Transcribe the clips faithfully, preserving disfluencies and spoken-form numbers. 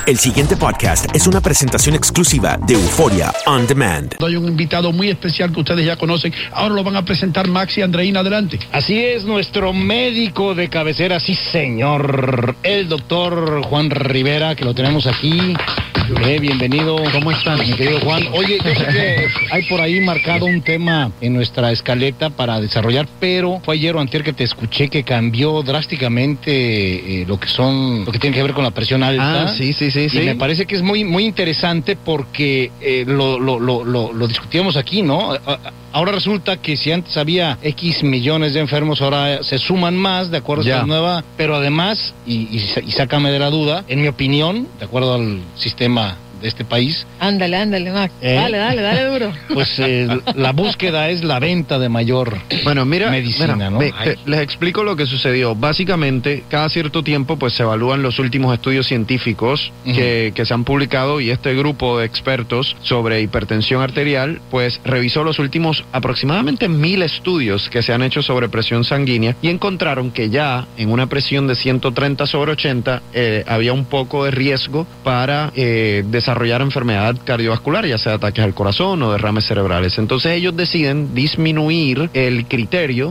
El siguiente podcast es una presentación exclusiva de Euforia On Demand. Hay un invitado muy especial que ustedes ya conocen. Ahora lo van a presentar Max y Andreina. Adelante. Así es, nuestro médico de cabecera, sí señor, el doctor Juan Rivera, que lo tenemos aquí. Eh, bienvenido. ¿Cómo están, mi querido Juan? Oye, yo sé que hay por ahí marcado un tema en nuestra escaleta para desarrollar, pero fue ayer o antier que te escuché que cambió drásticamente eh, lo que son, lo que tiene que ver con la presión alta. Ah, sí, sí, sí, y sí. me parece que es muy, muy interesante porque eh, lo, lo, lo, lo, lo discutíamos aquí, ¿no? Ahora resulta que si antes había X millones de enfermos, ahora se suman más, de acuerdo Ya. a esta nueva, pero además, y, y, y sácame de la duda, en mi opinión, de acuerdo al sistema de este país, Ándale, ándale, Max. ¿Eh? Dale, dale, dale duro. pues eh, la búsqueda es la venta de mayor Bueno, mira, medicina, mira, ¿no? ve, Ay. te- les explico lo que sucedió. Básicamente, cada cierto tiempo pues se evalúan los últimos estudios científicos Ujú. que, que se han publicado, y este grupo de expertos sobre hipertensión arterial pues revisó los últimos aproximadamente mil estudios que se han hecho sobre presión sanguínea y encontraron que ya en una presión de ciento treinta sobre ochenta eh, había un poco de riesgo para eh, desarrollar enfermedad cardiovascular, ya sea ataques al corazón o derrames cerebrales. Entonces ellos deciden disminuir el criterio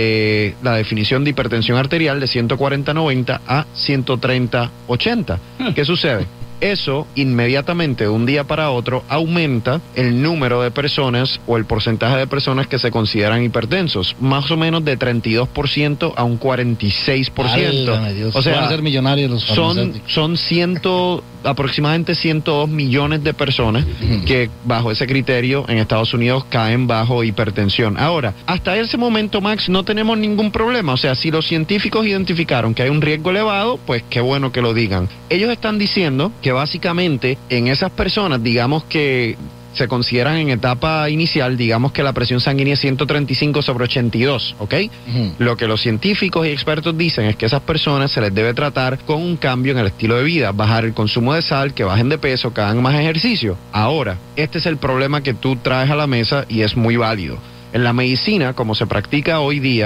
de la definición de hipertensión arterial de ciento cuarenta noventa a ciento treinta ochenta. ¿Qué sucede? Eso inmediatamente, de un día para otro, aumenta el número de personas o el porcentaje de personas que se consideran hipertensos, más o menos de treinta y dos por ciento a un cuarenta y seis por ciento. Válgame Dios, O sea, van a ser millonarios los son, farmacéuticos. son ciento, aproximadamente ciento dos millones de personas Ujú. que bajo ese criterio en Estados Unidos caen bajo hipertensión. Ahora, hasta ese momento, Max, no tenemos ningún problema. O sea, si los científicos identificaron que hay un riesgo elevado, pues qué bueno que lo digan. Ellos están diciendo que básicamente en esas personas, digamos que se consideran en etapa inicial, digamos que la presión sanguínea es ciento treinta y cinco sobre ochenta y dos, ¿ok? Ujú. Lo que los científicos y expertos dicen es que a esas personas se les debe tratar con un cambio en el estilo de vida, bajar el consumo de sal, que bajen de peso, que hagan más ejercicio. Ahora, este es el problema que tú traes a la mesa y es muy válido. En la medicina, como se practica hoy día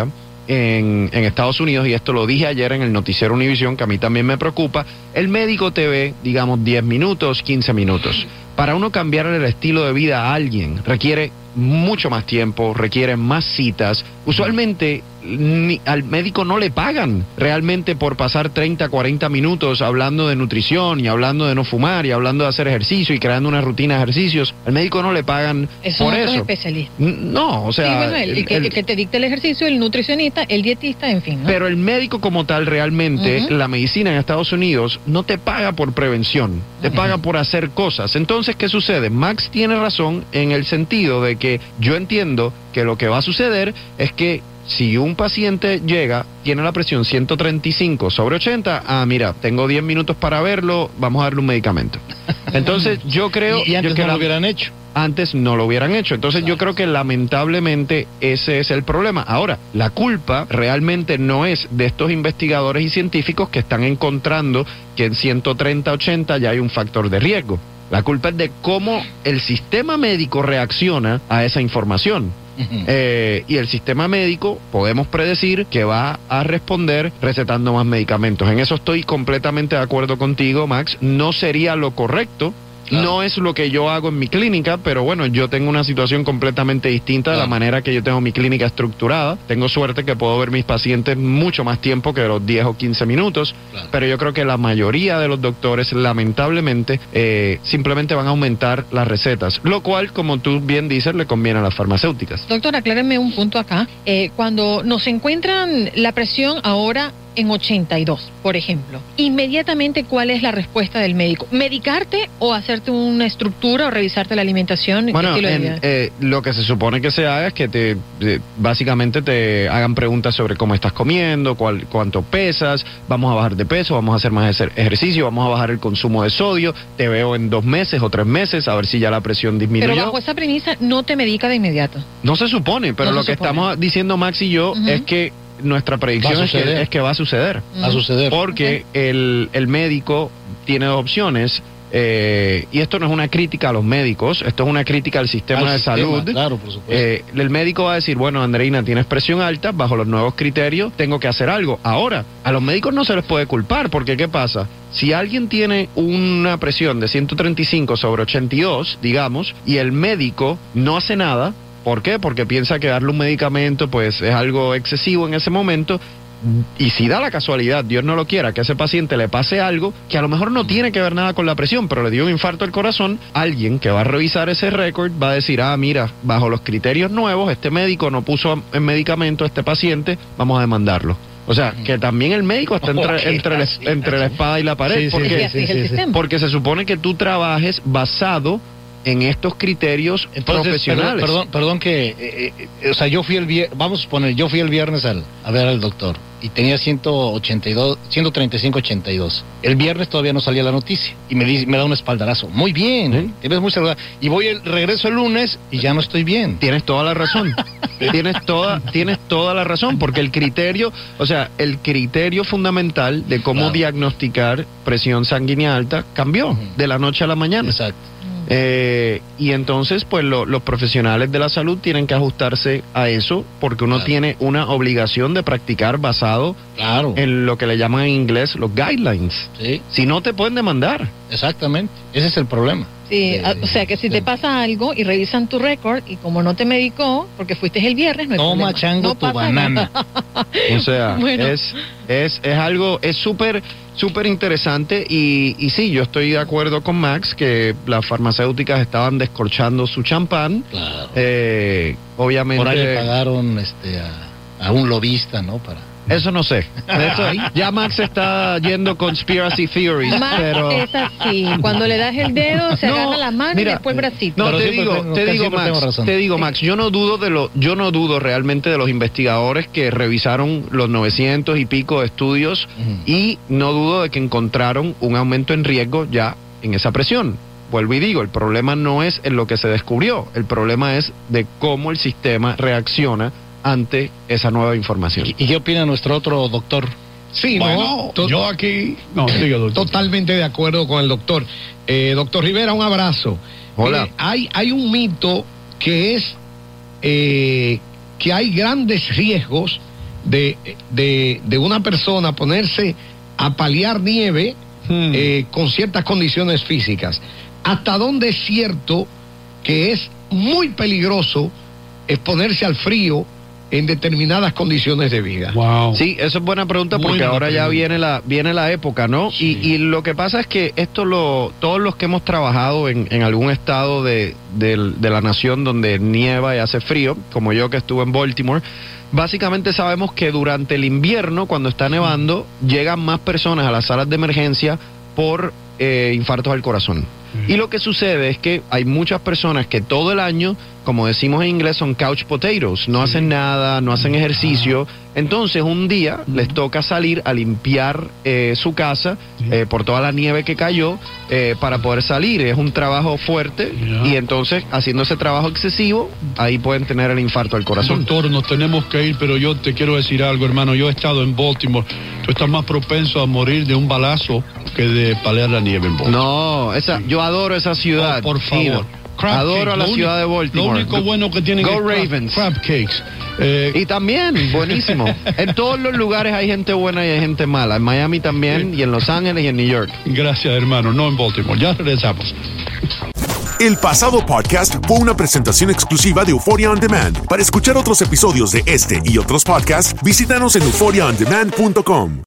en, en Estados Unidos, y esto lo dije ayer en el noticiero Univisión, que a mí también me preocupa, el médico te ve, digamos, diez minutos, quince minutos. Para uno cambiar el estilo de vida a alguien requiere mucho más tiempo, requiere más citas. Usualmente ni, al médico no le pagan realmente por pasar treinta, cuarenta minutos hablando de nutrición y hablando de no fumar y hablando de hacer ejercicio y creando una rutina de ejercicios. Al médico no le pagan Esos por otros eso. especialistas. No, o sea... Sí, bueno, el, el que, el- el que te dicta el ejercicio, el nutricionista, el dietista, en fin, ¿no? Pero el médico como tal, realmente, Ujú. la medicina en Estados Unidos no te paga por prevención, te paga por hacer cosas. Entonces, ¿qué sucede? Max tiene razón en el sentido de que yo entiendo que lo que va a suceder es que si un paciente llega, tiene la presión ciento treinta y cinco sobre ochenta, ah, mira, tengo diez minutos para verlo, vamos a darle un medicamento. Entonces, yo creo... Y, y antes yo que no la- lo hubieran hecho. antes no lo hubieran hecho. Entonces yo creo que lamentablemente ese es el problema. Ahora, la culpa realmente no es de estos investigadores y científicos que están encontrando que en ciento treinta ochenta ya hay un factor de riesgo. La culpa es de cómo el sistema médico reacciona a esa información. Ujú. Eh, y el sistema médico podemos predecir que va a responder recetando más medicamentos. En eso estoy completamente de acuerdo contigo, Max. No sería lo correcto. Claro. No es lo que yo hago en mi clínica, pero bueno, yo tengo una situación completamente distinta de la Claro. manera que yo tengo mi clínica estructurada. Tengo suerte que puedo ver mis pacientes mucho más tiempo que los diez o quince minutos, Claro. pero yo creo que la mayoría de los doctores, lamentablemente, eh, simplemente van a aumentar las recetas, lo cual, como tú bien dices, le conviene a las farmacéuticas. Doctor, acláreme un punto acá. Eh, cuando nos encuentran la presión ahora en ochenta y dos, por ejemplo, inmediatamente, ¿cuál es la respuesta del médico? ¿Medicarte o hacerte una estructura o revisarte la alimentación? ¿Qué Bueno, estilo de en- vida? eh, lo que se supone que se haga es que te, eh, básicamente te hagan preguntas sobre cómo estás comiendo, cuál, cuánto pesas, vamos a bajar de peso, vamos a hacer más ejer- ejercicio, vamos a bajar el consumo de sodio, te veo en dos meses o tres meses, a ver si ya la presión disminuyó. Pero bajo esa premisa no te medica de inmediato. No se supone, pero No lo se que supone. estamos diciendo Max y yo Ujú. es que nuestra predicción Va a es que, suceder. es que va a suceder. Va a suceder. Porque el, el médico tiene dos opciones. Eh, y esto no es una crítica a los médicos, esto es una crítica al sistema al de sistema, salud. Claro, por supuesto. Eh, el médico va a decir, bueno, Andreina, tienes presión alta, bajo los nuevos criterios, tengo que hacer algo. Ahora, a los médicos no se les puede culpar, porque ¿qué pasa? Si alguien tiene una presión de ciento treinta y cinco sobre ochenta y dos, digamos, y el médico no hace nada, ¿por qué? Porque piensa que darle un medicamento, pues, es algo excesivo en ese momento. Y si da la casualidad, Dios no lo quiera, que a ese paciente le pase algo que a lo mejor no tiene que ver nada con la presión, pero le dio un infarto al corazón, alguien que va a revisar ese récord va a decir, ah, mira, bajo los criterios nuevos, este médico no puso en medicamento a este paciente, vamos a demandarlo. O sea, que también el médico está entre, Okay. entre, la, entre la espada y la pared, Sí, porque, sí, sí, sí, sí, sí. porque se supone que tú trabajes basado en estos criterios Entonces, profesionales. Perdón, perdón, perdón que, eh, eh, o sea, yo fui el viernes, vamos a suponer, yo fui el viernes al, a ver al doctor y tenía ciento ochenta y dos, ciento treinta y cinco, ochenta y dos. El viernes todavía no salía la noticia y me dice, me da un espaldarazo. Muy bien, ¿Sí? te ves muy saludable. Y voy el regreso el lunes y ya no estoy bien. Tienes toda la razón. tienes toda, tienes toda la razón, porque el criterio, o sea, el criterio fundamental de cómo Claro. diagnosticar presión sanguínea alta cambió Ujú. de la noche a la mañana. Exacto. Eh, y entonces, pues lo- los profesionales de la salud tienen que ajustarse a eso, porque uno Claro. tiene una obligación de practicar basado Claro. en lo que le llaman en inglés los guidelines. Sí, Si no, te pueden demandar. exactamente. Ese es el problema. Sí, Eh, a- o sea que si te pasa algo y revisan tu récord y como no te medicó, porque fuiste el viernes, no hay Toma, problema. chango, No tu pasa banana. nada. O sea, Bueno. es, es, es algo, es súper, súper interesante y, y sí, yo estoy de acuerdo con Max que las farmacéuticas estaban descorchando su champán. Claro. Eh, obviamente. Por ahí le pagaron este, a, a un lobista, ¿no? Para... Eso no sé. Eso, ya Max está yendo conspiracy theories, Max pero... es así, cuando le das el dedo se No, agarra la mano mira, y después el bracito. No, Pero te siempre digo, tengo- te casi digo siempre tengo Max, razón. te digo Max, yo no dudo de lo, yo no dudo realmente de los investigadores que revisaron los novecientos y pico estudios Ujú. y no dudo de que encontraron un aumento en riesgo ya en esa presión. Vuelvo y digo, el problema no es en lo que se descubrió, el problema es de cómo el sistema reacciona ante esa nueva información. ¿Y, y qué opina nuestro otro doctor? Sí, Bueno, no, to- yo aquí... No, diga, doctor. totalmente de acuerdo con el doctor. Eh, doctor Rivera, un abrazo. Hola. Mire, hay, hay un mito que es eh, que hay grandes riesgos de, de, de una persona ponerse a paliar nieve Hmm. eh, con ciertas condiciones físicas. ¿Hasta dónde es cierto que es muy peligroso exponerse al frío en determinadas condiciones de vida? Wow. Sí, eso es buena pregunta porque Buena ahora ya pregunta. viene la viene la época, ¿no? Sí. Y, y lo que pasa es que esto lo todos los que hemos trabajado en, en algún estado de, del- de la nación donde nieva y hace frío, como yo que estuve en Baltimore, básicamente sabemos que durante el invierno, cuando está nevando, llegan más personas a las salas de emergencia por eh, infartos al corazón. Y lo que sucede es que hay muchas personas que todo el año, como decimos en inglés, son couch potatoes, no hacen nada, no hacen ejercicio. Entonces un día les toca salir a limpiar eh, su casa eh, por toda la nieve que cayó eh, para poder salir. Es un trabajo fuerte Ya. y entonces haciendo ese trabajo excesivo, ahí pueden tener el infarto al corazón. Doctor, nos tenemos que ir, pero yo te quiero decir algo, hermano. Yo he estado en Baltimore. Tú estás más propenso a morir de un balazo que de palear la nieve en Baltimore. No, esa, yo adoro esa ciudad. Oh, por favor. Gino. Crab Adoro cakes, a la lo ciudad de único- Baltimore. Lo único bueno que tienen Go es crab- Ravens. crab cakes. Eh, Y también, buenísimo. En todos los lugares hay gente buena y hay gente mala. En Miami también, y en Los Ángeles y en New York. gracias, hermano. No en Baltimore. Ya regresamos. El pasado podcast fue una presentación exclusiva de Euphoria On Demand. Para escuchar otros episodios de este y otros podcasts, visítanos en euforia on demand punto com.